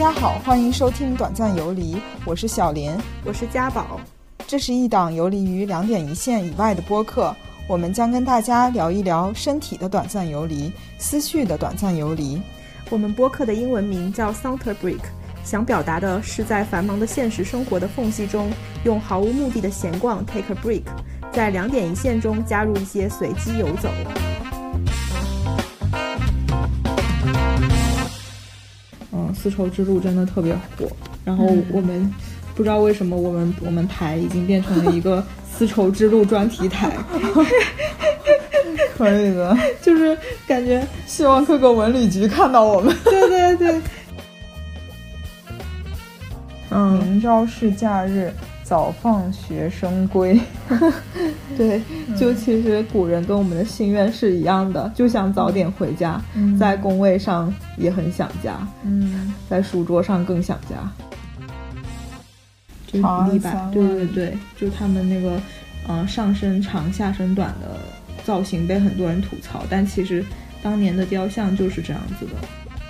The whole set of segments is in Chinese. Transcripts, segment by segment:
家好，欢迎收听短暂游离，我是小林， 我是家宝。 这是一档游离于两点一线以外的播客，我们将跟大家聊一聊身体的短暂游离，思绪的短暂游离。 我们播客的英文名叫 Saunter Break， 想表达的是在繁忙的现实生活的缝隙中，用毫无目的的闲逛 take a break， 在两点一线中加入一些随机游走。 丝绸之路真的特别火，然后我们不知道为什么我们台已经变成了一个丝绸之路专题台。 可以的， 就是感觉希望各个文旅局看到我们。 对对对。 明朝是假日，早放学生归。 对，就其实古人跟我们的心愿是一样的，就想早点回家，在工位上也很想家，在书桌上更想家。就是李白，对对对，就他们那个上身长下身短的造型被很多人吐槽，但其实当年的雕像就是这样子的。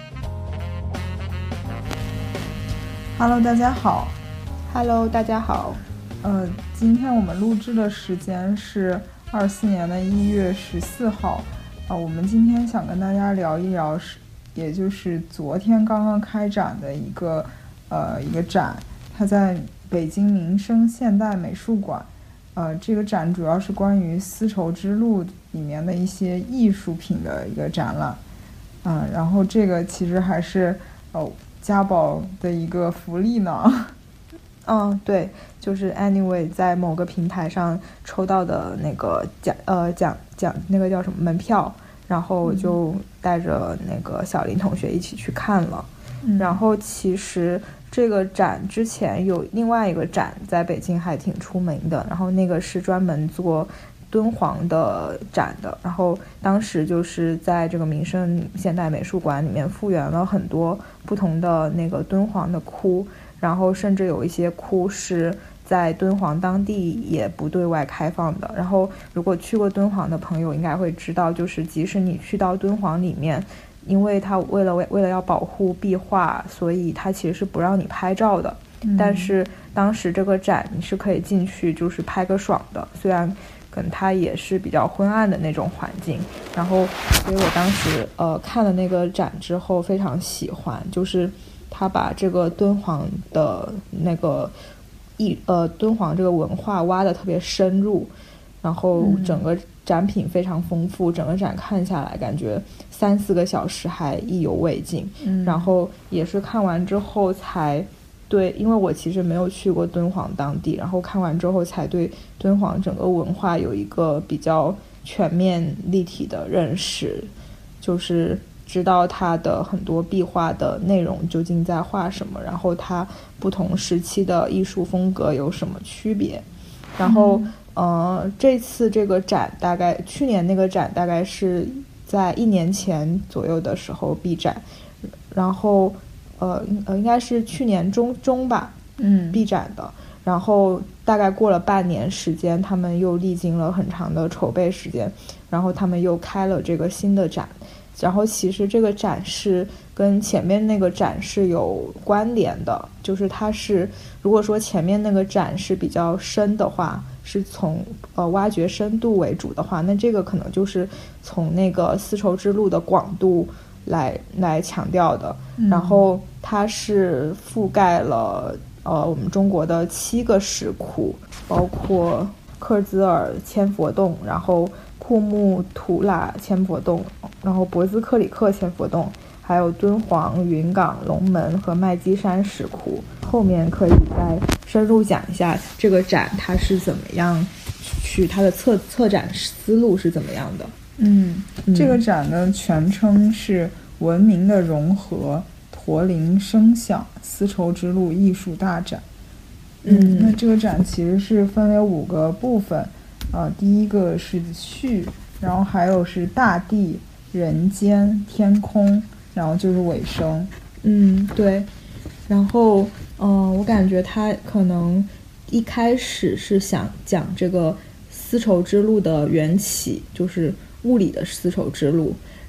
Hello， 大家好。 Hello， 大家好。 今天我们录制的时间是24年的1月14号。我们今天想跟大家聊一聊，也就是昨天刚刚开展的一个展，它在北京民生现代美术馆。这个展主要是关于丝绸之路里面的一些艺术品的一个展览。然后这个其实还是家宝的一个福利呢。 对，就是 anyway 在某个平台上抽到的那个奖那个叫什么门票，然后就带着那个小林同学一起去看了。然后其实这个展之前有另外一个展在北京还挺出名的，然后那个是专门做敦煌的展的，然后当时就是在这个民生现代美术馆里面复原了很多不同的那个敦煌的窟，然后甚至有一些窟是在敦煌当地也不对外开放的。然后如果去过敦煌的朋友应该会知道，就是即使你去到敦煌里面，因为它为了要保护壁画，所以它其实是不让你拍照的。但是当时这个展你是可以进去就是拍个爽的，虽然可能它也是比较昏暗的那种环境。然后所以我当时看了那个展之后非常喜欢，就是他把这个敦煌的那个敦煌这个文化挖得特别深入，然后整个展品非常丰富，整个展看下来感觉3-4个小时还意犹未尽。然后也是看完之后才对，因为我其实没有去过敦煌当地，然后看完之后才对敦煌整个文化有一个比较全面立体的认识，就是知道它的很多壁画的内容究竟在画什么，然后它不同时期的艺术风格有什么区别。然后这次这个展大概去年那个展大概是在1年前左右的时候闭展，然后应该是去年中吧闭展的。然后大概过了半年时间，他们又历经了很长的筹备时间，然后他们又开了这个新的展。然后其实这个展是跟前面那个展是有关联的，就是它是如果说前面那个展是比较深的话，是从挖掘深度为主的话，那这个可能就是从那个丝绸之路的广度来强调的。然后它是覆盖了我们中国的7个石窟，包括克孜尔千佛洞，然后库木图拉千佛洞，然后博兹克里克千佛洞，还有敦煌、云冈、龙门和麦积山石窟。后面可以再深入讲一下这个展它是怎么样去，它的策展思路是怎么样的。 这个展的全称是文明的融合驼铃声响丝绸之路艺术大展。那这个展其实是分为5个部分。第一个是序，然后还有是大地、人间、天空，然后就是尾声。 对。然后我感觉他可能一开始是想讲这个丝绸之路的缘起，就是物理的丝绸之路。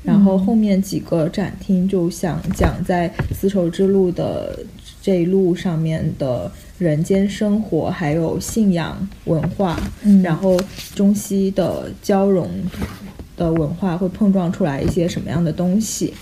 然后后面几个展厅就想讲在丝绸之路的这一路上面的人间生活，还有信仰文化，然后中西的交融的文化会碰撞出来一些什么样的东西。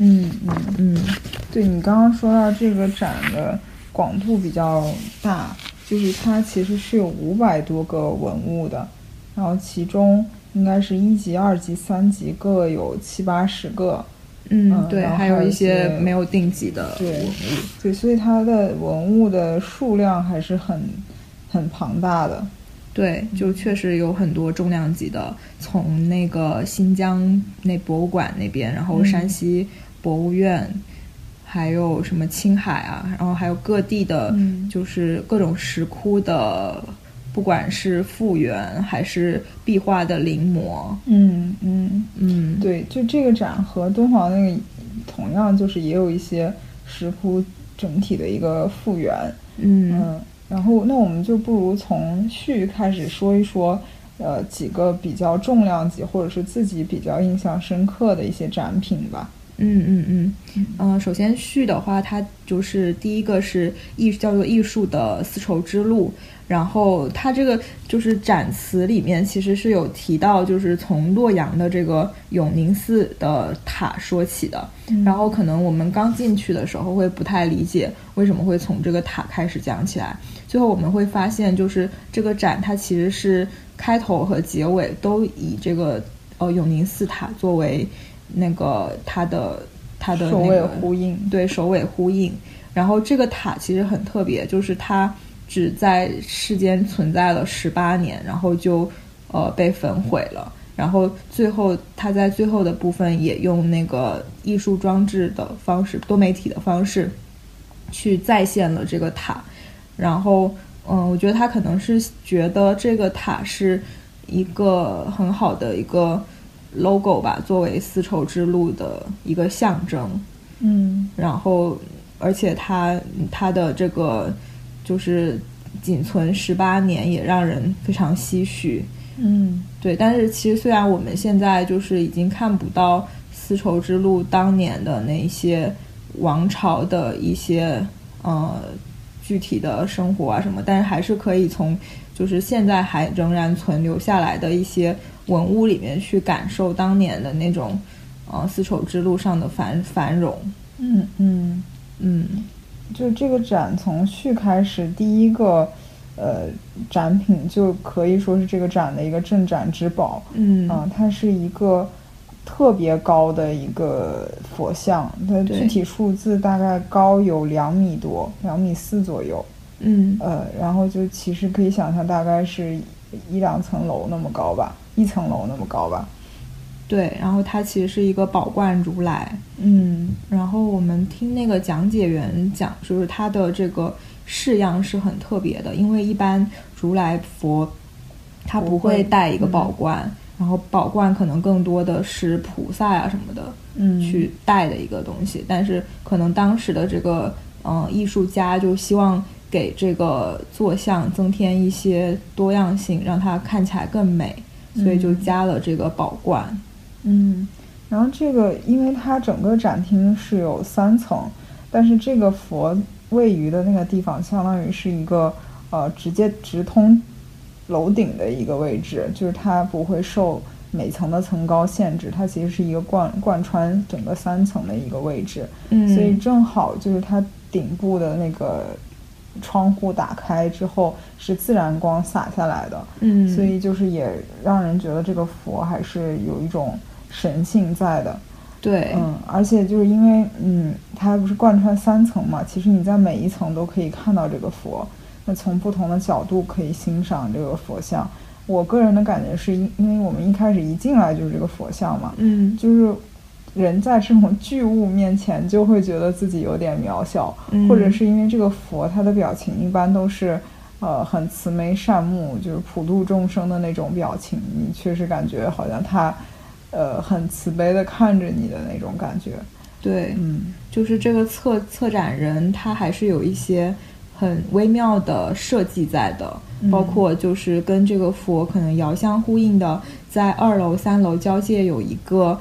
对，你刚刚说到这个展的广度比较大，就是它其实是有500多个文物的，然后其中应该是1级、2级、3级各有70-80个。 对，还有一些没有定级的文物。 对，所以它的文物的数量还是很庞大的。 对，就确实有很多重量级的，从那个新疆那博物馆那边，然后山西博物院，还有什么青海啊，然后还有各地的，就是各种石窟的，不管是复原还是壁画的临摹。 对，就这个展和敦煌那个同样，就是也有一些石窟整体的一个复原。然后那我们就不如从序开始说一说，几个比较重量级或者是自己比较印象深刻的一些展品吧。 首先序的话，它就是第一个是叫做艺术的丝绸之路，然后它这个就是展词里面其实是有提到，就是从洛阳的这个永宁寺的塔说起的，然后可能我们刚进去的时候会不太理解为什么会从这个塔开始讲起来，最后我们会发现就是这个展它其实是开头和结尾都以这个永宁寺塔作为那个它的那个首尾呼应。 对，首尾呼应。然后这个塔其实很特别，就是它只在世间存在了18年，然后就被焚毁了，然后最后它在最后的部分也用那个艺术装置的方式，多媒体的方式去再现了这个塔。然后我觉得他可能是觉得这个塔是一个很好的一个 logo 吧，作为丝绸之路的一个象征。然后而且它的这个就是仅存18年也让人非常唏嘘。对，但是其实虽然我们现在就是已经看不到丝绸之路当年的那些王朝的一些具体的生活啊什么，但是还是可以从就是现在还仍然存留下来的一些文物里面去感受当年的那种丝绸之路上的繁荣。 就这个展从序开始，第一个展品就可以说是这个展的一个镇展之宝。它是一个特别高的一个佛像，它具体数字大概高有2米多，2.4米左右。然后就其实可以想象大概是1-2层楼那么高吧，1层楼那么高吧。 对，然后它其实是一个宝冠如来。然后我们听那个讲解员讲，就是它的这个式样是很特别的，因为一般如来佛它不会带一个宝冠，然后宝冠可能更多的是菩萨啊什么的去带的一个东西，但是可能当时的这个艺术家就希望给这个坐像增添一些多样性，让它看起来更美，所以就加了这个宝冠。 然后这个因为它整个展厅是有3层，但是这个佛位于的那个地方相当于是一个直接直通楼顶的一个位置，就是它不会受每层的层高限制，它其实是一个贯穿整个3层的一个位置。所以正好就是它顶部的那个窗户打开之后是自然光洒下来的。所以就是也让人觉得这个佛还是有一种神性在的。 对， 而且就是因为它不是贯穿3层嘛，其实你在每一层都可以看到这个佛，那从不同的角度可以欣赏这个佛像。我个人的感觉是因为我们一开始一进来就是这个佛像嘛，就是人在这种巨物面前就会觉得自己有点渺小，或者是因为这个佛他的表情一般都是很慈眉善目，就是普度众生的那种表情，你确实感觉好像他很慈悲的看着你的那种感觉。 对，就是这个策展人他还是有一些很微妙的设计在的，包括就是跟这个佛可能遥相呼应的，在2楼3楼交界有一个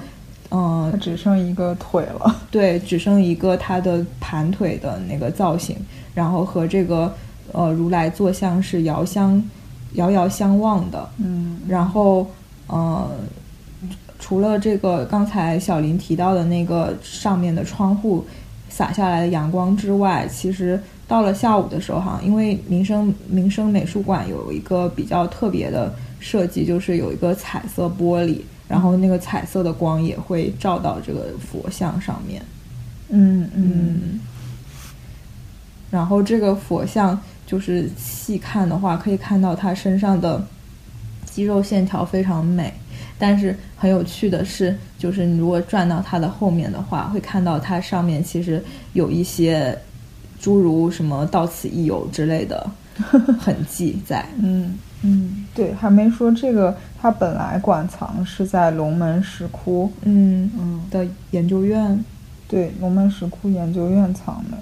它只剩一个腿了， 对，只剩一个它的盘腿的那个造型，然后和这个如来坐像是遥遥相望的。然后除了这个刚才小林提到的那个上面的窗户洒下来的阳光之外，其实到了下午的时候哈，因为民生美术馆有一个比较特别的设计，就是有一个彩色玻璃，然后那个彩色的光也会照到这个佛像上面。然后这个佛像就是细看的话，可以看到它身上的肌肉线条非常美，但是很有趣的是，就是你如果转到它的后面的话，会看到它上面其实有一些诸如什么到此一游之类的痕迹在。 对，还没说这个它本来馆藏是在龙门石窟的研究院， 对，龙门石窟研究院藏的。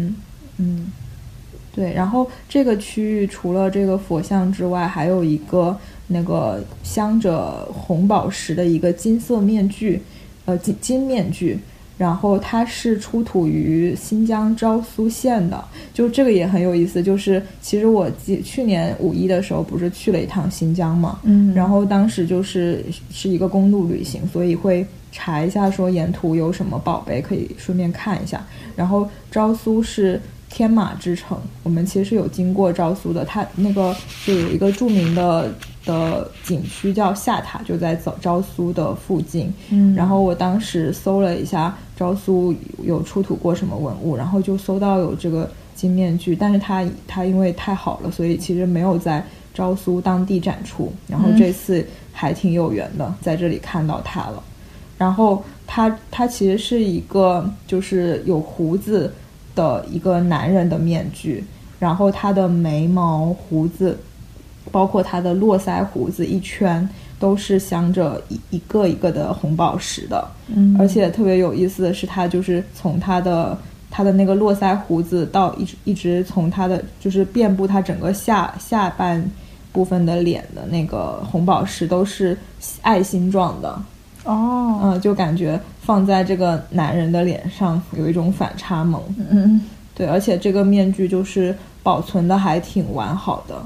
对，然后这个区域除了这个佛像之外，还有一个那个镶着红宝石的一个金色面具，金面具，然后它是出土于新疆昭苏县的。就这个也很有意思，就是其实我去年5·1的时候不是去了一趟新疆嘛，然后当时是一个公路旅行，所以会查一下说沿途有什么宝贝可以顺便看一下。然后昭苏是天马之城，我们其实有经过昭苏的，它那个就有一个著名的景区叫下塔，就在昭苏的附近。然后我当时搜了一下昭苏有出土过什么文物，然后就搜到有这个金面具，但是它因为太好了，所以其实没有在昭苏当地展出。然后这次还挺有缘的，在这里看到它了。然后它其实是一个就是有胡子的一个男人的面具，然后他的眉毛胡子包括他的络腮胡子一圈都是镶着一个一个的红宝石的。而且特别有意思的是，他就是从他的那个络腮胡子到一直从他的就是遍布他整个下半部分的脸的那个红宝石都是爱心状的。就感觉放在这个男人的脸上有一种反差萌。对，而且这个面具就是保存的还挺完好的。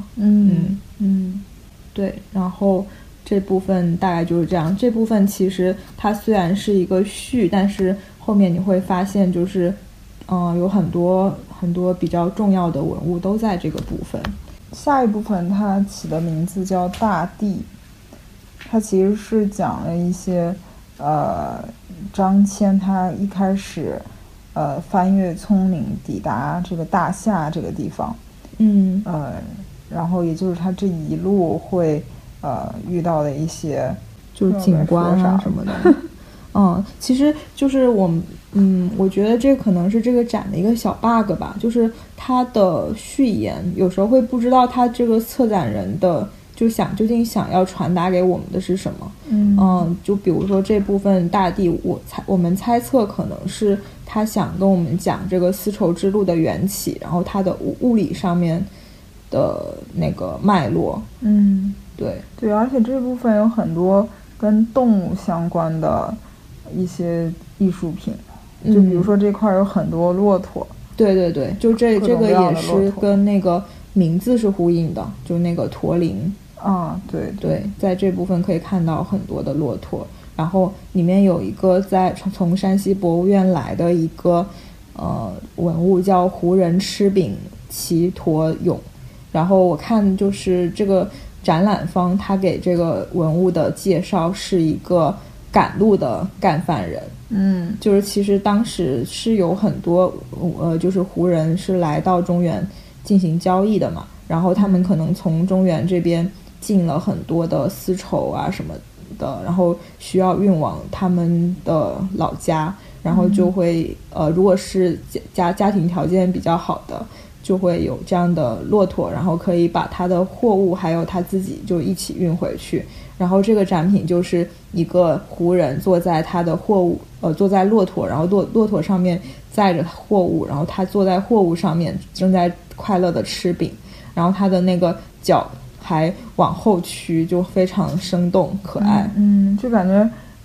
对，然后这部分大概就是这样。这部分其实它虽然是一个序，但是后面你会发现就是有很多很多比较重要的文物都在这个部分。 下一部分它起的名字叫大地，它其实是讲了一些张骞他一开始翻越葱岭抵达这个大夏这个地方。然后也就是他这一路会遇到的一些就是景观啊什么的。其实就是我觉得这可能是这个展的一个小 bug 吧，就是它的序言有时候会不知道它这个策展人的究竟想要传达给我们的是什么。就比如说这部分大地，我们猜测可能是他想跟我们讲这个丝绸之路的缘起，然后它的物理上面的那个脉络。对， 而且这部分有很多跟动物相关的一些艺术品，就比如说这块有很多骆驼。 对，就这个也是跟那个名字是呼应的，就那个驼铃。对，在这部分可以看到很多的骆驼。然后里面有一个从山西博物院来的一个文物叫胡人吃饼骑驼俑。然后我看就是这个展览方他给这个文物的介绍是一个赶路的干犯人。就是其实当时是有很多就是胡人是来到中原进行交易的嘛，然后他们可能从中原这边进了很多的丝绸啊什么的，然后需要运往他们的老家，然后就会如果是家庭条件比较好的，就会有这样的骆驼，然后可以把他的货物还有他自己就一起运回去。然后这个展品就是一个胡人坐在他的货物坐在骆驼，然后骆驼上面载着货物，然后他坐在货物上面正在快乐的吃饼，然后他的那个脚还往后屈，就非常生动可爱。 就感觉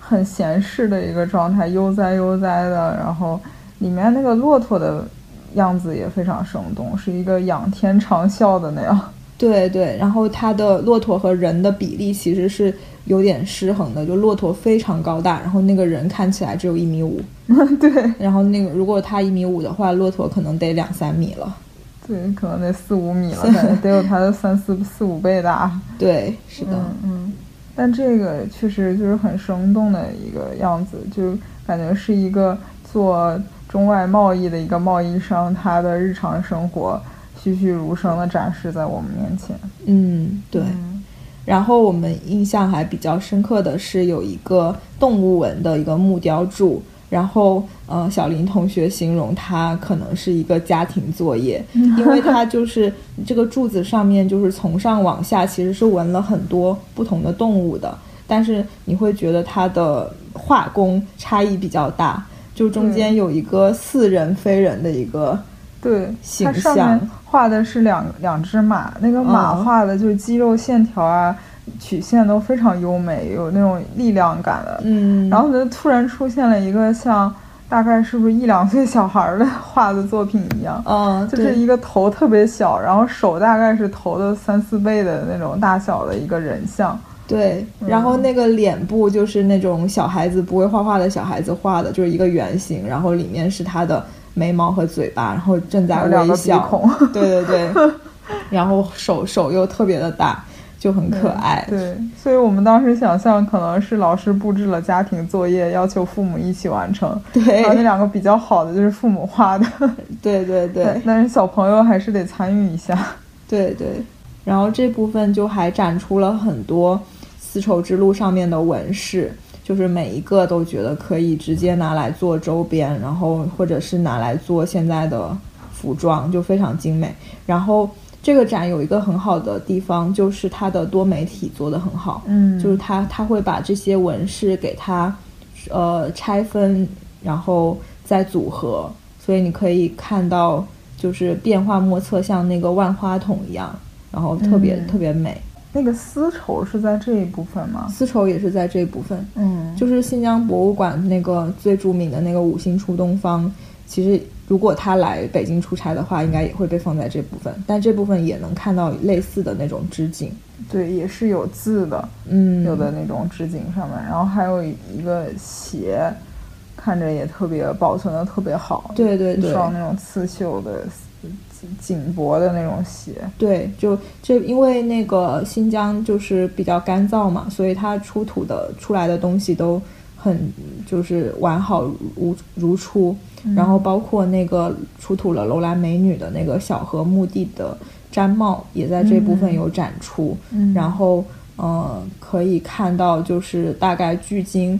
很闲适的一个状态，悠哉悠哉的。然后里面那个骆驼的样子也非常生动，是一个仰天长啸的那样。 对对，然后它的骆驼和人的比例其实是有点失衡的，就骆驼非常高大，然后那个人看起来只有1.5米。 对， 然后那个如果他1.5米的话，骆驼可能得2-3米了。 对，可能得4-5米了，感觉得有它的4-5倍大。 对，是的。 但这个确实就是很生动的一个样子，就感觉是一个做中外贸易的一个贸易商，他的日常生活栩栩如生的展示在我们面前。 对。然后我们印象还比较深刻的是有一个动物纹的一个木雕柱，然后小林同学形容它可能是一个家庭作业，因为它就是这个柱子上面就是从上往下其实是纹了很多不同的动物的，但是你会觉得它的画工差异比较大，就中间有一个似人非人的一个形象。 它上面画的是两只马，那个马画的就是肌肉线条啊曲线都非常优美，有那种力量感的。然后就突然出现了一个像大概是不是1-2岁小孩的画的作品一样，就是一个头特别小，然后手大概是头的3-4倍的那种大小的一个人像。 对，然后那个脸部就是那种小孩子不会画画的小孩子画的，就是一个圆形，然后里面是他的眉毛和嘴巴，然后正在微笑。2 个鼻孔。 对对对。然后手又特别的大，就很可爱。 对，所以我们当时想象可能是老师布置了家庭作业，要求父母一起完成。 对， 然后那2个比较好的就是父母画的。 对对对。 但是小朋友还是得参与一下。 对对。然后这部分就还展出了很多丝绸之路上面的纹饰，就是每一个都觉得可以直接拿来做周边，然后或者是拿来做现在的服装，就非常精美。然后这个展有一个很好的地方，就是它的多媒体做得很好。就是它会把这些纹饰给它拆分，然后再组合，所以你可以看到就是变化莫测，像那个万花筒一样，然后特别特别美。 那个丝绸是在这一部分吗？ 丝绸也是在这一部分。就是新疆博物馆那个最著名的那个5星出东方，其实如果他来北京出差的话，应该也会被放在这部分，但这部分也能看到类似的那种织锦。 对，也是有字的。有的那种织锦上面，然后还有一个鞋，看着也特别保存的特别好。 对对对， 一双那种刺绣的紧薄的那种鞋。 对，就这因为那个新疆就是比较干燥嘛，所以它出来的东西都很就是完好如初。然后包括那个出土了楼兰美女的那个小河墓地的毡帽也在这部分有展出。然后可以看到就是大概距今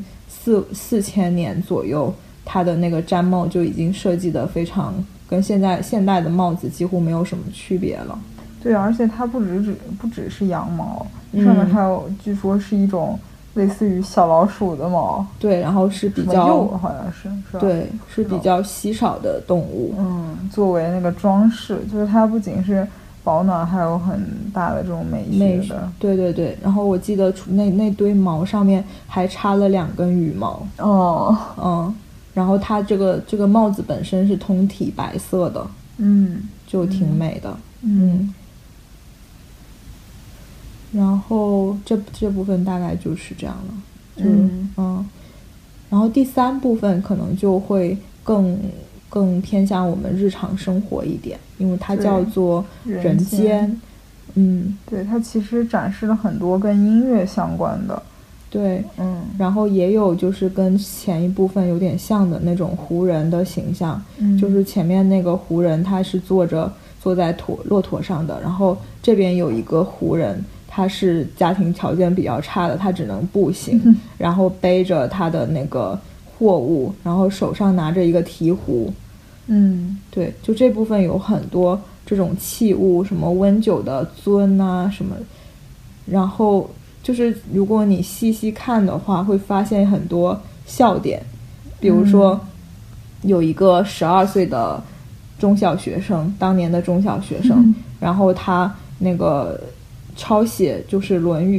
4000年左右，它的那个毡帽就已经设计的非常跟现代的帽子几乎没有什么区别了。 对，而且它不只是羊毛，上面还有据说是一种类似于小老鼠的毛。 对，然后是比较鼬，好像是吧？对， 是比较稀少的动物。 作为那个装饰，就是它不仅是保暖，还有很大的这种美学的。 对对对，然后我记得那堆毛上面还插了2根羽毛。然后它这个帽子本身是通体白色的。就挺美的。然后这部分大概就是这样了。然后第3部分可能就会更偏向我们日常生活一点，因为它叫做人间。 对，它其实展示了很多跟音乐相关的。 对，然后也有就是跟前一部分有点像的那种胡人的形象。就是前面那个胡人他是坐在骆驼上的，然后这边有一个胡人，他是家庭条件比较差的，他只能步行，然后背着他的那个货物，然后手上拿着一个提壶。对，就这部分有很多这种器物，什么温酒的樽啊什么，然后就是如果你细细看的话，会发现很多笑点。比如说有一个12岁的中小学生，当年的中小学生，然后他那个抄写就是《论语》，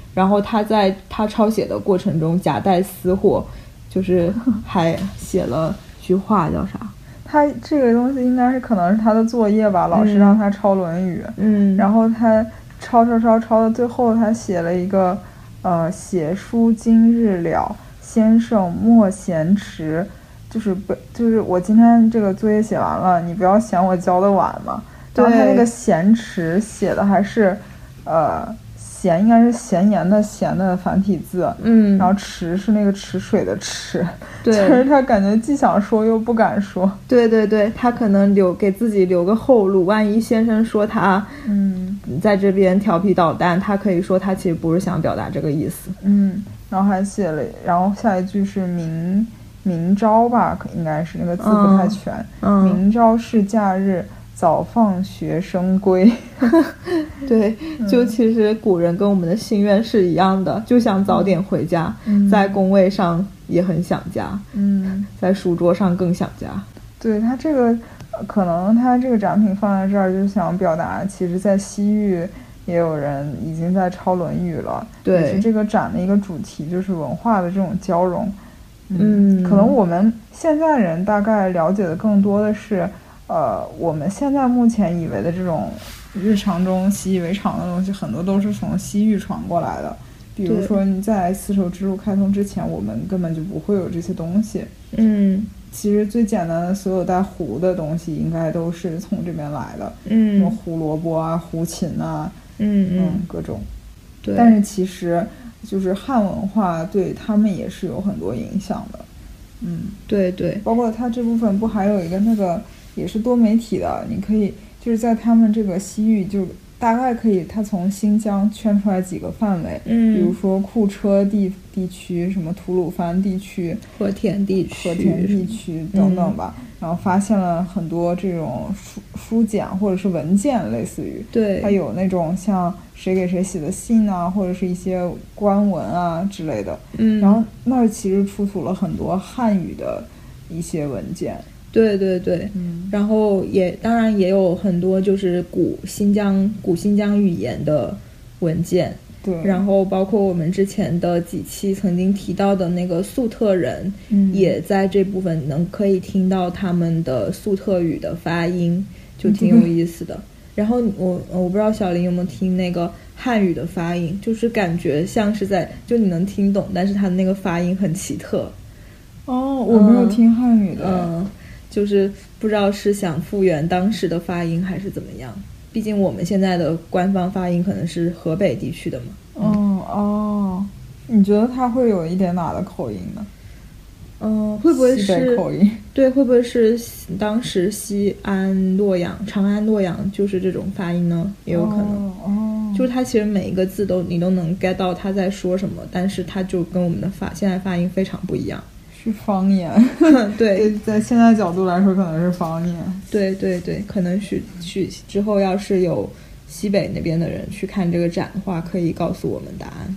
然后他在他抄写的过程中夹带私货，就是还写了句话叫啥？ 他这个东西应该是可能是他的作业吧，老师让他抄《论语》，然后他抄到最后，他写了一个写书今日了，先生莫嫌迟，就是我今天这个作业写完了，你不要嫌我交的晚嘛。然后他那个嫌迟写的还是咸应该是咸盐的咸的繁体字，然后池是那个池水的池， 对， 就是他感觉既想说又不敢说。 对对对，他可能给自己留个后路，万一先生说他在这边调皮捣蛋，他可以说他其实不是想表达这个意思。 然后还写了，然后下一句是明朝吧，应该是那个字不太全。明朝是假日，早放学生归。 对，就其实古人跟我们的心愿是一样的，就想早点回家，在工位上也很想家，在书桌上更想家。 对，他这个可能他这个展品放在这儿，就是想表达，其实在西域也有人已经在抄《论语》了。对，也是这个展的一个主题，就是文化的这种交融。可能我们现在人大概了解的更多的是我们现在目前以为的这种日常中习以为常的东西，很多都是从西域传过来的。比如说你在丝绸之路开通之前，我们根本就不会有这些东西。其实最简单的所有带胡的东西应该都是从这边来的，什么胡萝卜啊、胡琴啊，各种。对，但是其实就是汉文化对他们也是有很多影响的。 对对， 包括它这部分不还有一个那个也是多媒体的，你可以就是在他们这个西域就大概可以，它从新疆圈出来几个范围，比如说库车地区，什么吐鲁番地区、 和田地区等等吧。然后发现了很多这种书简或者是文件，类似于对， 它有那种像谁给谁写的信啊，或者是一些官文啊之类的。然后那儿其实出土了很多汉语的一些文件。 对对对，然后当然也有很多就是古新疆语言的文件。 对， 然后包括我们之前的几期曾经提到的那个粟特人，也在这部分可以听到他们的粟特语的发音，就挺有意思的。然后我不知道小林有没有听那个汉语的发音，就是感觉像是就你能听懂，但是它的那个发音很奇特。 我没有听汉语的。 就是不知道是想复原当时的发音还是怎么样，毕竟我们现在的官方发音可能是河北地区的嘛。 你觉得它会有一点哪的口音呢？ 会不会是西北口音？ 对，会不会是当时西安、洛阳、长安、洛阳就是这种发音呢？也有可能。就是它其实每一个字你都能 get 到他在说什么，但是它就跟我们的现在发音非常不一样。 是方言。 对， 在现在角度来说可能是方言。 对对对，可能去之后要是有西北那边的人去看这个展的话，可以告诉我们答案。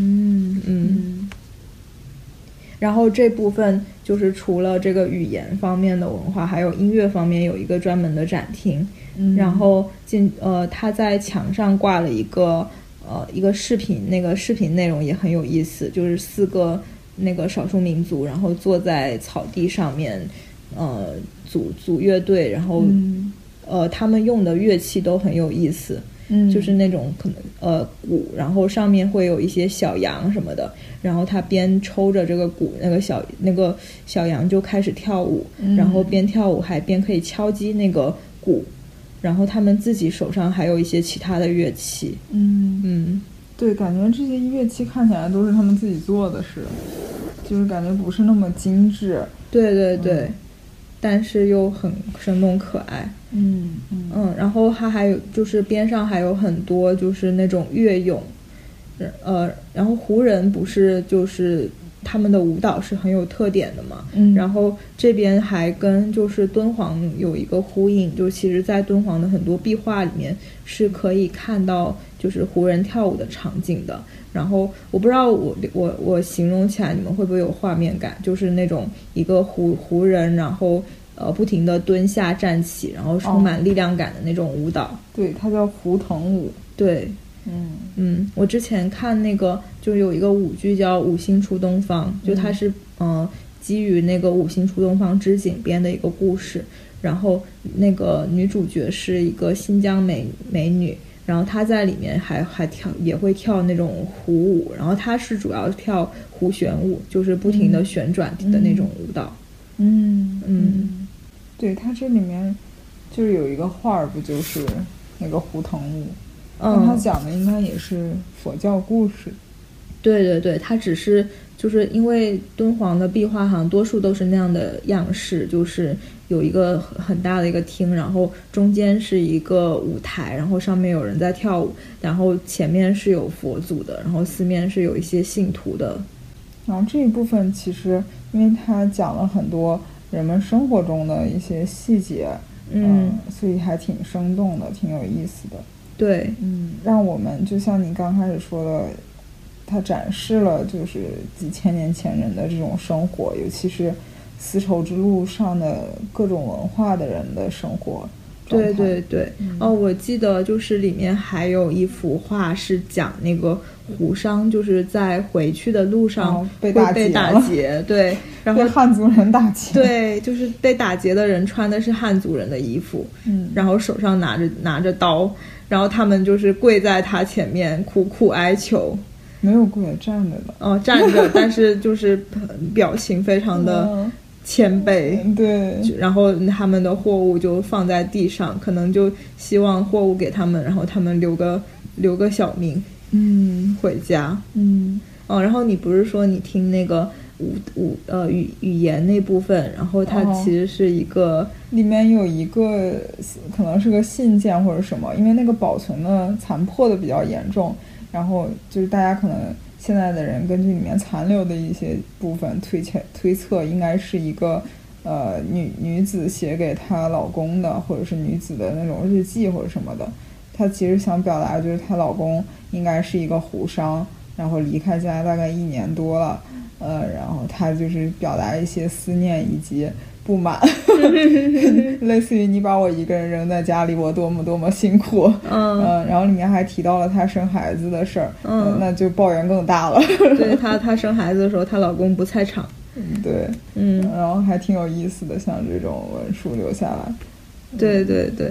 然后这部分就是除了这个语言方面的文化，还有音乐方面有一个专门的展厅。然后他在墙上挂了一个视频，那个视频内容也很有意思，就是4个那个少数民族，然后坐在草地上面，组乐队，然后他们用的乐器都很有意思。就是那种可能鼓，然后上面会有一些小羊什么的，然后他边抽着这个鼓，那个小羊就开始跳舞，然后边跳舞还边可以敲击那个鼓，然后他们自己手上还有一些其他的乐器。 对，感觉这些乐器看起来都是他们自己做的似的，就是感觉不是那么精致。 对对对，但是又很生动可爱。然后它还有就是边上还有很多就是那种乐俑，然后胡人不是就是他们的舞蹈是很有特点的嘛。然后这边还跟就是敦煌有一个呼应，就其实在敦煌的很多壁画里面是可以看到就是胡人跳舞的场景的。然后我不知道我形容起来你们会不会有画面感，就是那种一个胡人，然后不停地蹲下站起，然后充满力量感的那种舞蹈。 对，它叫胡腾舞。 对， 我之前看那个就是有一个舞剧叫《五星出东方》，就它是基于那个《五星出东方》织锦编的一个故事，然后那个女主角是一个新疆美女，然后她在里面还也会跳那种胡舞，然后她是主要跳胡旋舞，就是不停的旋转的那种舞蹈。 对，它这里面就是有一个画儿，不就是那个胡腾舞？但它讲的应该也是佛教故事。 对对对，它只是就是因为敦煌的壁画好像多数都是那样的样式，就是有一个很大的一个厅，然后中间是一个舞台，然后上面有人在跳舞，然后前面是有佛祖的，然后四面是有一些信徒的。 然后这一部分其实因为它讲了很多人们生活中的一些细节，所以还挺生动的，挺有意思的。 对， 让我们就像你刚开始说的，它展示了就是几千年前人的这种生活，尤其是丝绸之路上的各种文化的人的生活。 对对对，我记得就是里面还有一幅画是讲那个胡商就是在回去的路上被打劫，对，然后被汉族人打劫， 对，就是被打劫的人穿的是汉族人的衣服，然后手上拿着刀，然后他们就是跪在他前面苦苦哀求。 没有跪，站着的。 站着，但是就是表情非常的谦卑， 对， 然后他们的货物就放在地上，可能就希望货物给他们，然后他们留个小命，回家，然后你不是说你听那个语言那部分，然后它其实是一个里面有一个可能是个信件或者什么，因为那个保存的残破的比较严重，然后就是大家可能现在的人根据里面残留的一些部分推测应该是一个女子写给她老公的，或者是女子的那种日记或者什么的。她其实想表达就是她老公应该是一个胡商，然后离开家大概1年多了，然后她就是表达一些思念以及不满类似于你把我一个人扔在家里我多么多么辛苦，然后里面还提到了她生孩子的事儿，那就抱怨更大了。 对，她生孩子的时候她老公不在场， 对，然后还挺有意思的，像这种文书留下来。 对对对，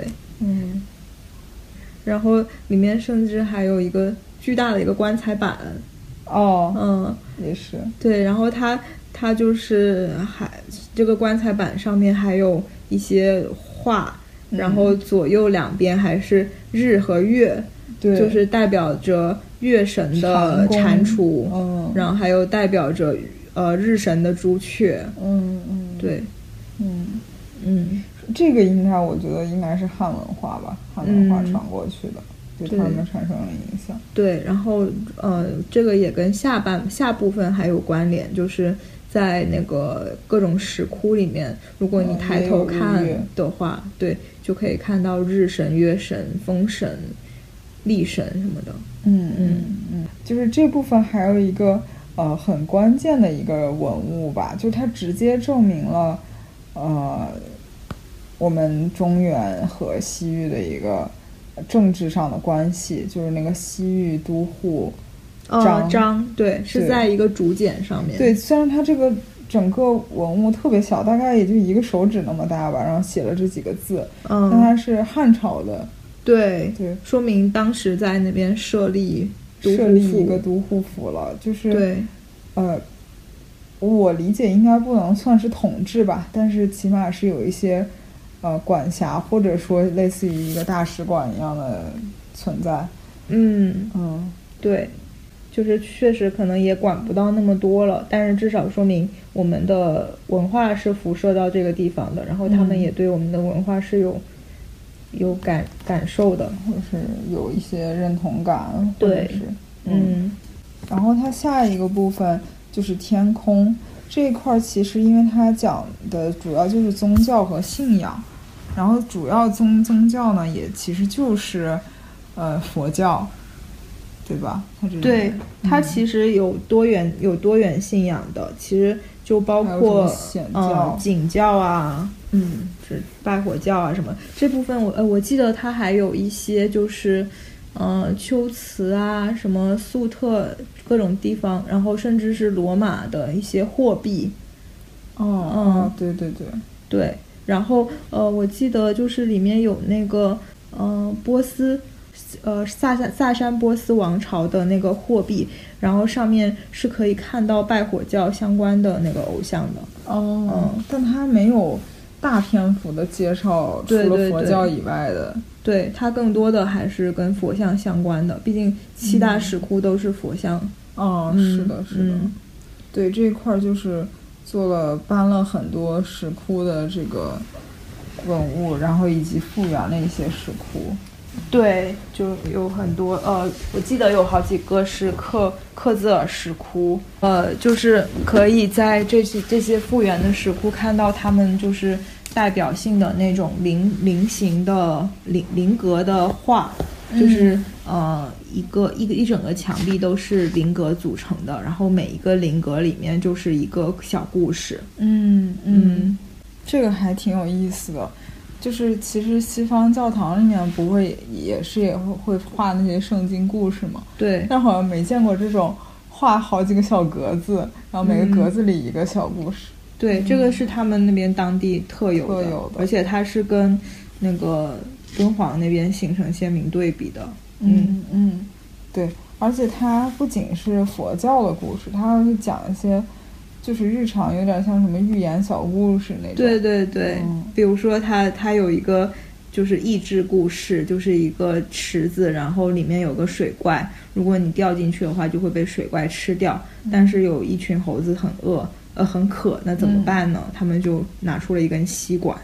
然后里面甚至还有一个巨大的一个棺材板。也是。对，然后它就是这个棺材板上面还有一些画，然后左右两边还是日和月， 对， 就是代表着月神的蟾蜍，然后还有代表着日神的朱雀，对， 这个应该我觉得应该是汉文化吧，汉文化传过去的，对他们产生了影响。 对，然后这个也跟下部分还有关联，就是在那个各种石窟里面，如果你抬头看的话，对，就可以看到日神、月神、风神、力神什么的。 就是这部分还有一个很关键的一个文物吧，就是它直接证明了我们中原和西域的一个政治上的关系，就是那个西域都护章， 对，是在一个竹简上面。 对，虽然它这个整个文物特别小，大概也就一个手指那么大吧，然后写了这几个字，但它是汉朝的。 对，说明当时在那边设立一个都护府了，就是对， 我理解应该不能算是统治吧，但是起码是有一些管辖，或者说类似于一个大使馆一样的存在。 对，就是确实可能也管不到那么多了，但是至少说明我们的文化是辐射到这个地方的，然后他们也对我们的文化是有感受的， 或者是有一些认同感， 对， 然后它下一个部分就是天空这一块，其实因为它讲的主要就是宗教和信仰，然后主要宗教呢也其实就是佛教，对吧？ 对，它其实有多元信仰的，其实就包括景教啊，是拜火教啊什么。这部分我记得它还有一些就是秋瓷啊，什么粟特各种地方，然后甚至是罗马的一些货币。 对对对对，然后我记得就是里面有那个波斯萨珊波斯王朝的那个货币，然后上面是可以看到拜火教相关的那个偶像的。 但它没有大篇幅的介绍除了佛教以外的。 对，它更多的还是跟佛像相关的，毕竟7大石窟都是佛像。 是的是的。对，这一块就是搬了很多石窟的这个文物，然后以及复原了一些石窟。 对，就有很多我记得有好几个是克孜尔石窟，就是可以在这些复原的石窟看到他们就是代表性的那种菱形的菱格的画，就是一整个墙壁都是菱格组成的，然后每一个菱格里面就是一个小故事。 这个还挺有意思的。就是其实西方教堂里面不会也会画那些圣经故事吗？ 对， 但好像没见过这种画好几个小格子，然后每个格子里一个小故事。 对，这个是他们那边当地特有的，而且它是跟那个敦煌那边形成鲜明对比的。 对，而且它不仅是佛教的故事，它会讲一些就是日常有点像什么寓言小故事那种。 对对对，比如说它有一个就是益智故事，就是一个池子，然后里面有个水怪，如果你掉进去的话就会被水怪吃掉，但是有一群猴子很渴，那怎么办呢？他们就拿出了一根吸管。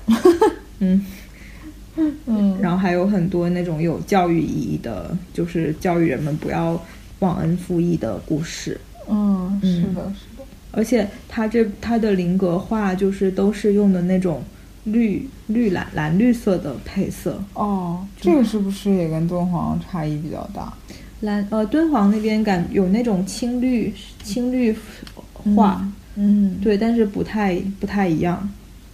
然后还有很多那种有教育意义的，就是教育人们不要忘恩负义的故事。 是的是的。 而且它的菱格画就是都是用的那种蓝绿色的配色。 这个是不是也跟敦煌差异比较大？ 敦煌那边有那种青绿画。对，但是不太一样。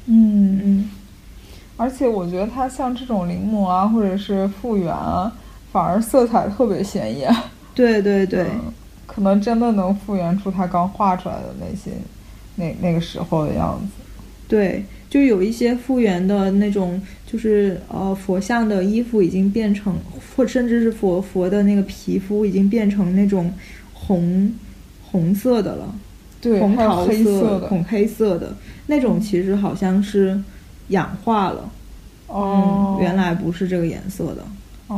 而且我觉得它像这种临摹啊，或者是复原啊，反而色彩特别鲜艳。 对对对。 可能真的能复原出他刚画出来的那些那个时候的样子。 对，就有一些复原的那种就是佛像的衣服已经变成，或甚至是佛的那个皮肤已经变成那种红色的了。 对， 红桃色的黑色的那种，其实好像是氧化了。原来不是这个颜色的。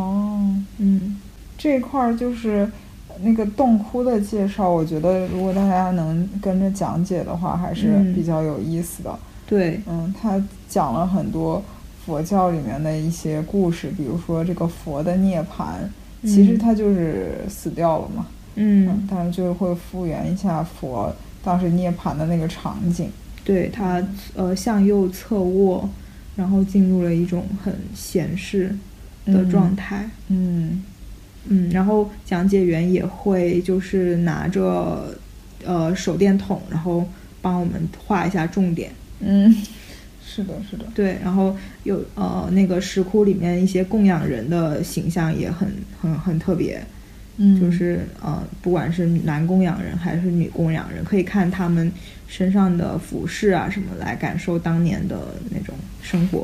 这一块就是那个洞窟的介绍，我觉得如果大家能跟着讲解的话还是比较有意思的。 对， 他讲了很多佛教里面的一些故事，比如说这个佛的涅槃，其实他就是死掉了嘛。但是就会复原一下佛当时涅槃的那个场景。 对，他向右侧卧，然后进入了一种很闲适的状态。然后讲解员也会就是拿着手电筒，然后帮我们画一下重点。 是的是的。 对，然后有那个石窟里面一些供养人的形象也很特别。就是不管是男供养人还是女供养人，可以看他们身上的服饰啊什么来感受当年的那种生活。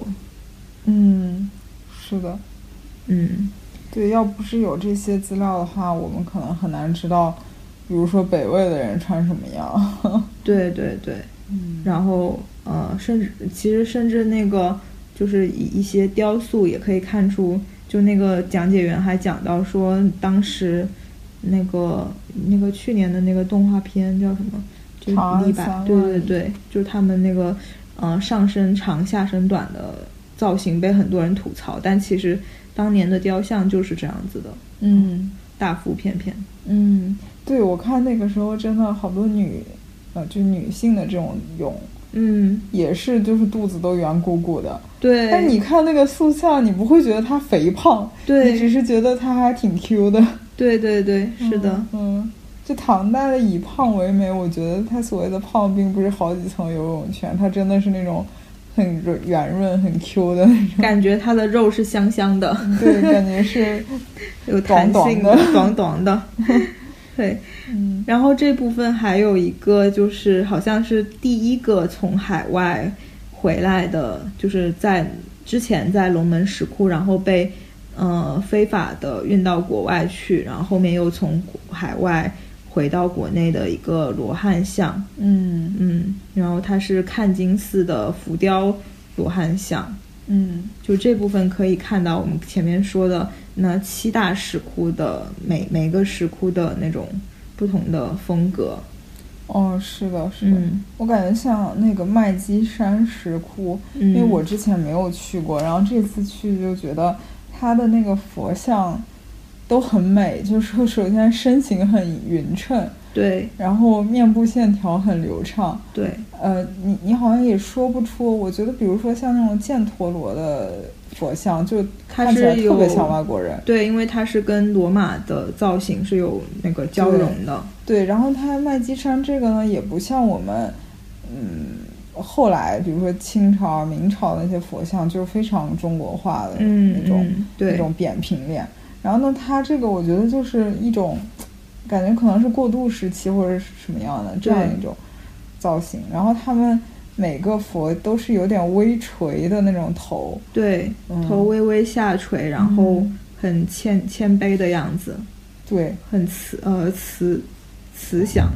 是的。对，要不是有这些资料的话，我们可能很难知道比如说北魏的人穿什么样。 对对对。然后甚至那个就是一些雕塑也可以看出，就那个讲解员还讲到说当时那个去年的那个动画片叫什么，就是100，对对对，就是他们那个上身长下身短的造型被很多人吐槽，但其实当年的雕像就是这样子的。大腹便便。 对，我看那个时候真的好多就女性的这种俑，也是就是肚子都圆鼓鼓的。 对， 但你看那个塑像，你不会觉得她肥胖， 对， 你只是觉得她还挺 Q 的。 对对对，是的。 就唐代的以胖为美，我觉得她所谓的胖并不是好几层游泳圈，她真的是那种很圆润很 Q 的那种， 感觉它的肉是香香的， 对，感觉是有弹性的短短的对，然后这部分还有一个就是好像是第一个从海外回来的，就是在之前在龙门石窟，然后被非法的运到国外去，然后后面又从海外回到国内的一个罗汉像。然后它是看金寺的浮雕罗汉像。就这部分可以看到我们前面说的那7大石窟的每个石窟的那种不同的风格。 是的是的，我感觉像那个麦积山石窟，因为我之前没有去过，然后这次去就觉得它的那个佛像都很美，就是说首先身形很匀称， 对， 然后面部线条很流畅， 对， 你好像也说不出，我觉得比如说像那种犍陀罗的佛像，就看起来特别像外国人， 对，因为它是跟罗马的造型是有那个交融的， 对，然后它麦积山这个呢，也不像我们后来比如说清朝明朝的那些佛像，就是非常中国化的那种扁平脸，然后呢它这个我觉得就是一种感觉可能是过渡时期或者是什么样的这样一种造型，然后他们每个佛都是有点微垂的那种头， 对，头微微下垂，然后很谦卑的样子， 对， 很慈祥，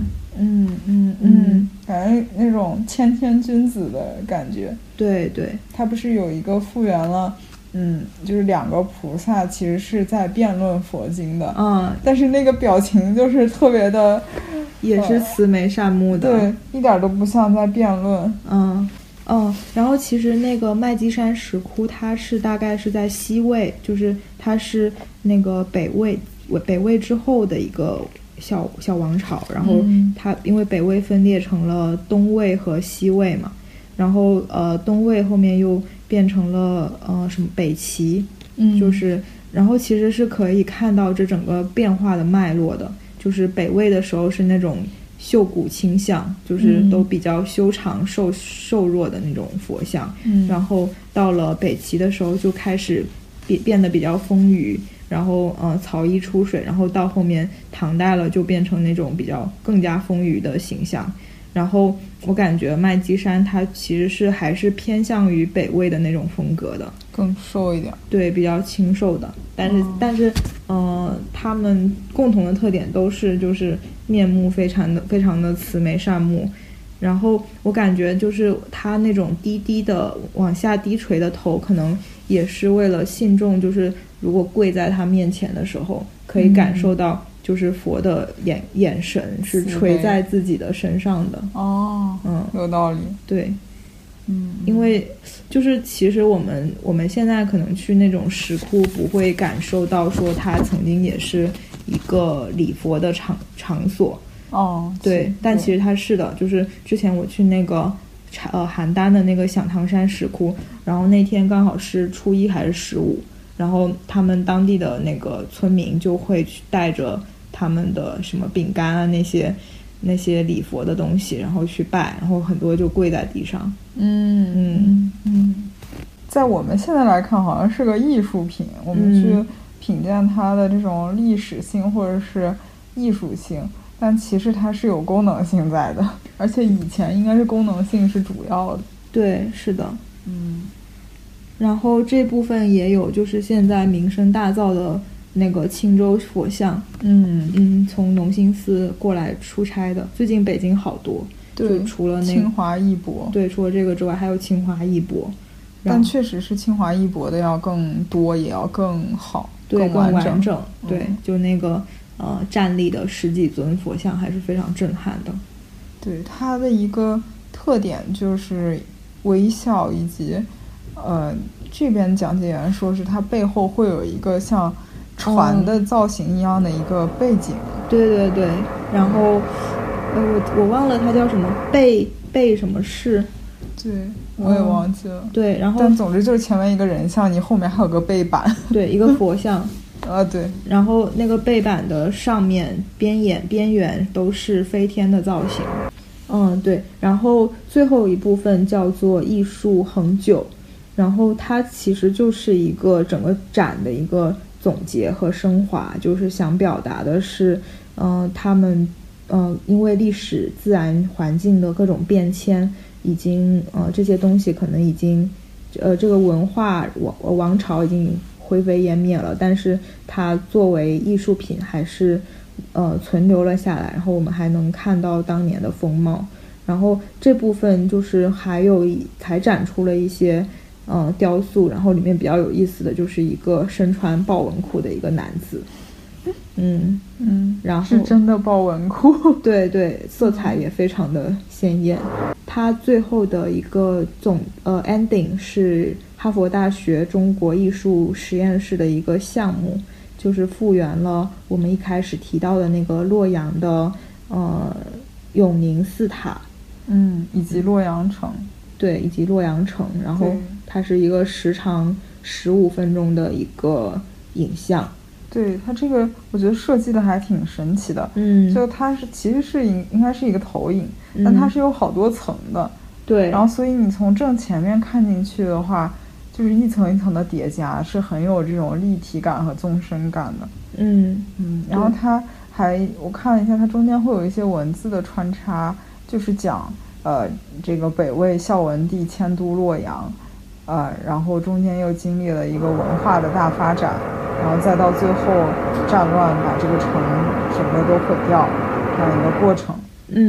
感觉那种谦谦君子的感觉。 对对， 他不是有一个复原了就是2个菩萨其实是在辩论佛经的，但是那个表情就是特别的， 也是慈眉善目的， 对，一点都不像在辩论。 然后其实那个麦积山石窟它是大概是在西魏，就是它是那个北魏之后的一个小王朝，然后它因为北魏分裂成了东魏和西魏嘛，然后东魏后面又变成了什么北齐，就是然后其实是可以看到这整个变化的脉络的，就是北魏的时候是那种秀骨倾向，就是都比较修长瘦弱的那种佛像，然后到了北齐的时候就开始变得比较丰腴，然后草衣出水，然后到后面唐代了就变成那种比较更加丰腴的形象。然后我感觉麦积山它其实是还是偏向于北魏的那种风格的， 更瘦一点， 对，比较清瘦的，但是他们共同的特点都是就是面目非常的慈眉善目，然后我感觉就是他那种低低的往下低垂的头，可能也是为了信众就是如果跪在他面前的时候可以感受到就是佛的眼神是垂在自己的身上的。 有道理。 对，因为就是其实我们现在可能去那种石窟不会感受到说它曾经也是一个礼佛的场所。对，但其实它是的，就是之前我去那个邯郸的那个响堂山石窟，然后那天刚好是初一还是15，然后他们当地的那个村民就会去带着他们的什么饼干啊那些礼佛的东西，然后去拜，然后很多就跪在地上。 在我们现在来看好像是个艺术品，我们去品鉴它的这种历史性或者是艺术性，但其实它是有功能性在的，而且以前应该是功能性是主要的。 对，是的。然后这部分也有就是现在名声大噪的那个青州佛像，从隆兴寺过来出差的，最近北京好多， 对， 就除了清华艺博， 对，除了这个之外还有清华艺博， 但确实是清华艺博的要更多，也要更好， 对，更完整，对，就那个站立的10几尊佛像还是非常震撼的。 对，它的一个特点就是微笑，以及这边讲解员说是它背后会有一个像船的造型一样的一个背景。 对对对，然后我忘了它叫什么背什么事， 对，我也忘记了。 对，然后但总之就是前面一个人像，你后面还有个背板， 对，一个佛像。 对， 然后那个背板的上面边缘都是飞天的造型， 对，然后最后一部分叫做艺术恒久，然后它其实就是一个整个展的一个总结和升华，就是想表达的是，他们因为历史自然环境的各种变迁，已经这些东西可能已经这个文化王朝已经灰飞烟灭了，但是它作为艺术品还是存留了下来，然后我们还能看到当年的风貌。然后这部分就是还展出了一些雕塑，然后里面比较有意思的就是一个身穿豹纹裤的一个男子，然后是真的豹纹裤， 对对，色彩也非常的鲜艳。它最后的一个ending 是哈佛大学中国艺术实验室的一个项目，就是复原了我们一开始提到的那个洛阳的永宁寺塔， 以及洛阳城， 对，以及洛阳城。然后它是一个时长15分钟的一个影像。 对，它这个我觉得设计的还挺神奇的，就它其实是应该是一个投影，但它是有好多层的， 对， 然后所以你从正前面看进去的话，就是一层一层的叠加，是很有这种立体感和纵深感的，然后它我看了一下，它中间会有一些文字的穿插，就是讲这个北魏孝文帝迁都洛阳，然后中间又经历了一个文化的大发展，然后再到最后战乱把这个城整个都毁掉，这样一个过程。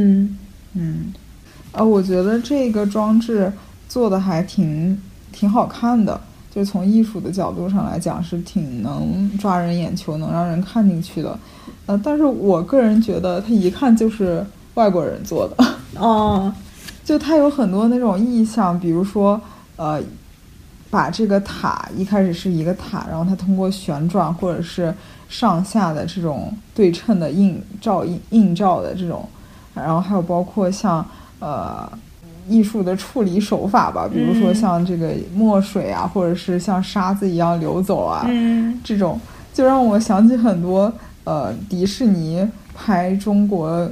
我觉得这个装置做的还挺好看的，就是从艺术的角度上来讲是挺能抓人眼球，能让人看进去的。但是我个人觉得它一看就是外国人做的。就它有很多那种意象，比如说把这个塔一开始是一个塔，然后它通过旋转或者是上下的这种对称的映照的这种，然后还有包括像艺术的处理手法吧，比如说像这个墨水啊，或者是像沙子一样流走啊，这种就让我想起很多迪士尼拍中国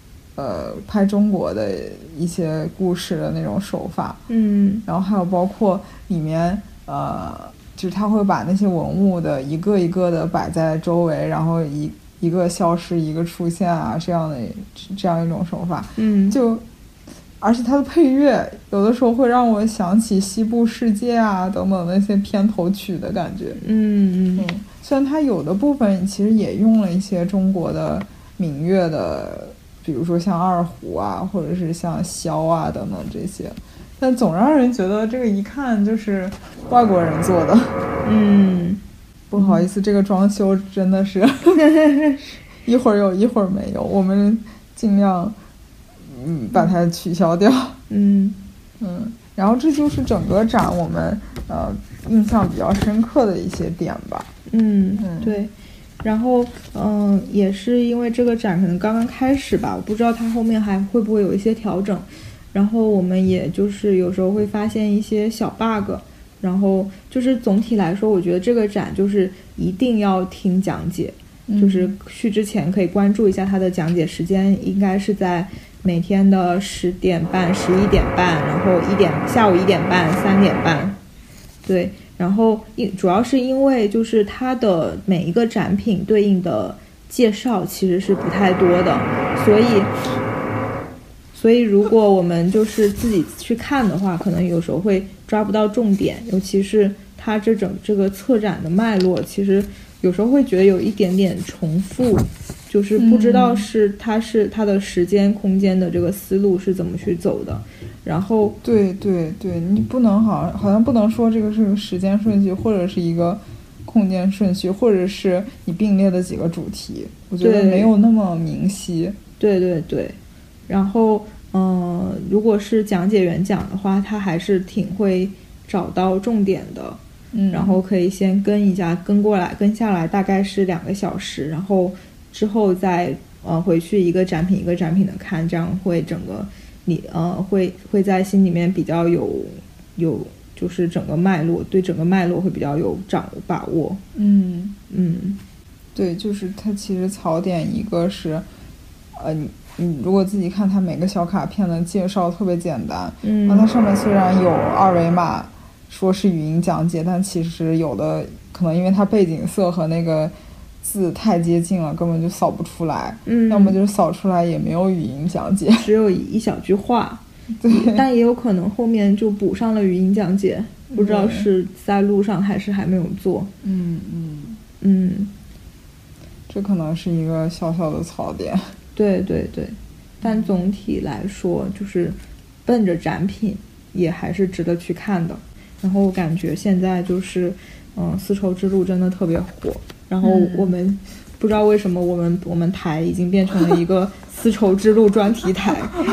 的一些故事的那种手法，然后还有包括里面就是他会把那些文物的一个一个的摆在周围，然后一个消失一个出现啊，这样一种手法，而且它的配乐有的时候会让我想起西部世界啊等等那些片头曲的感觉，虽然它有的部分其实也用了一些中国的民乐的，比如说像二胡啊，或者是像箫啊等等这些，但总让人觉得这个一看就是外国人做的。不好意思，这个装修真的是一会儿有一会儿没有，我们尽量把它取消掉。然后这就是整个展我们印象比较深刻的一些点吧。 对。然后也是因为这个展可能刚刚开始吧，我不知道它后面还会不会有一些调整，然后我们也就是有时候会发现一些小 bug， 然后就是总体来说我觉得这个展就是一定要听讲解，就是去之前可以关注一下它的讲解时间，应该是在每天的10点半、11点半，然后下午1点半、3点半，对。然后主要是因为就是它的每一个展品对应的介绍其实是不太多的，所以如果我们就是自己去看的话，可能有时候会抓不到重点，尤其是它这个策展的脉络，其实有时候会觉得有一点点重复，就是不知道它的时间空间的这个思路是怎么去走的。然后对，你不能好像不能说这个是个时间顺序，或者是一个空间顺序，或者是你并列的几个主题，我觉得没有那么明晰。对。 然后如果是讲解员讲的话，他还是挺会找到重点的，然后可以先跟下来大概是2个小时，然后之后再回去一个展品一个展品的看，这样会整个你会在心里面比较有就是整个脉络，对整个脉络会比较有把握。 对，就是它其实槽点一个是你如果自己看它每个小卡片的介绍特别简单， 嗯， 然后它上面虽然有二维码说是语音讲解，但其实有的可能因为它背景色和那个字太接近了，根本就扫不出来，要么就是扫出来也没有语音讲解， 只有一小句话， 对， 但也有可能后面就补上了语音讲解，不知道是在路上还是还没有做。 这可能是一个小小的槽点。 对对对，但总体来说就是奔着展品也还是值得去看的。然后我感觉现在就是丝绸之路真的特别火，然后我们不知道为什么我们台已经变成了一个丝绸之路专题台。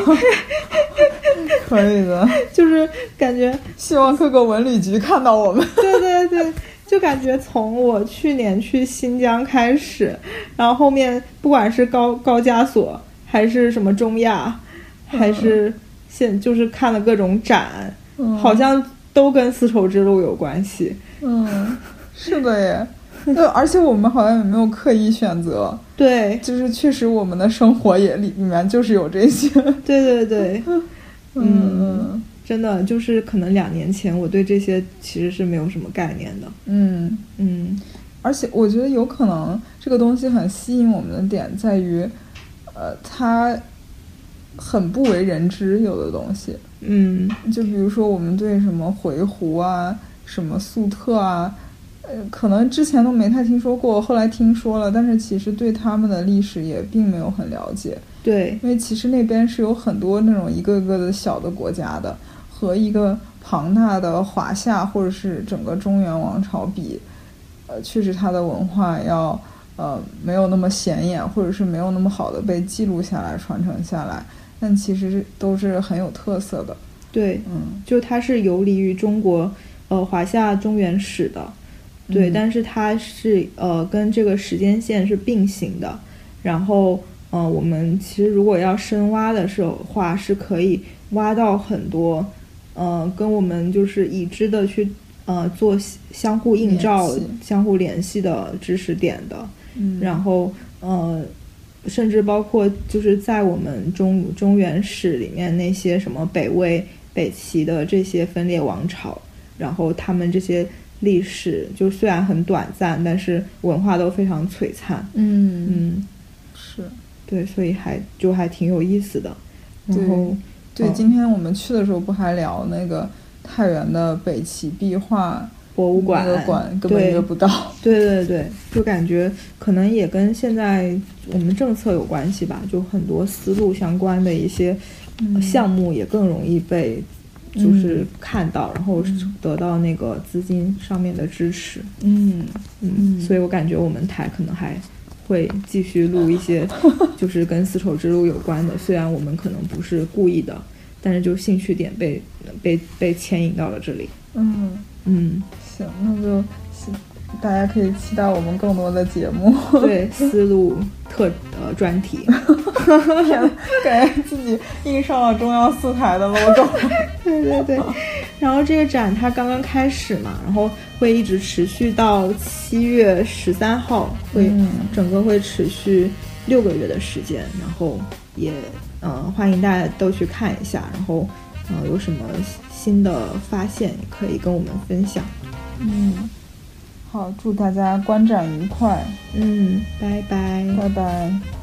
可以的， 就是感觉希望各个文旅局看到我们。 对对对，就感觉从我去年去新疆开始，然后后面不管是高加索还是什么中亚，还是就是看了各种展，好像都跟丝绸之路有关系。 是的耶。而且我们好像也没有刻意选择， 对， 就是确实我们的生活也里面就是有这些。 对对对。真的就是可能2年前我对这些其实是没有什么概念的。 而且我觉得有可能这个东西很吸引我们的点在于它很不为人知，有的东西就比如说我们对什么回鹘啊什么粟特啊可能之前都没太听说过，后来听说了，但是其实对他们的历史也并没有很了解。 对， 因为其实那边是有很多那种一个个的小的国家的，和一个庞大的华夏或者是整个中原王朝比，确实它的文化要没有那么显眼，或者是没有那么好的被记录下来传承下来，但其实都是很有特色的。 对，就它是游离于中国华夏中原史的，对，但是它是跟这个时间线是并行的，然后我们其实如果要深挖的话是可以挖到很多跟我们就是已知的去做相互映照相互联系的知识点的。然后甚至包括就是在我们中原史里面那些什么北魏北齐的这些分裂王朝，然后他们这些历史就虽然很短暂，但是文化都非常璀璨。 是， 对，所以还挺有意思的。然后对，今天我们去的时候不还聊那个太原的北齐壁画博物馆， 那个馆根本约不到。 对对对，就感觉可能也跟现在我们政策有关系吧，就很多丝路相关的一些项目也更容易被就是看到，然后得到那个资金上面的支持。所以我感觉我们台可能还会继续录一些就是跟丝绸之路有关的，虽然我们可能不是故意的，但是就兴趣点被牵引到了这里。 行，那就大家可以期待我们更多的节目。 对，丝路专题。 感觉自己印上了中央四台的 logo。 对对对，然后这个展它刚刚开始嘛，然后会一直持续到7月13号，整个会持续6个月的时间，然后也欢迎大家都去看一下，然后有什么新的发现也可以跟我们分享。 好，祝大家观展愉快。 拜拜。 拜拜。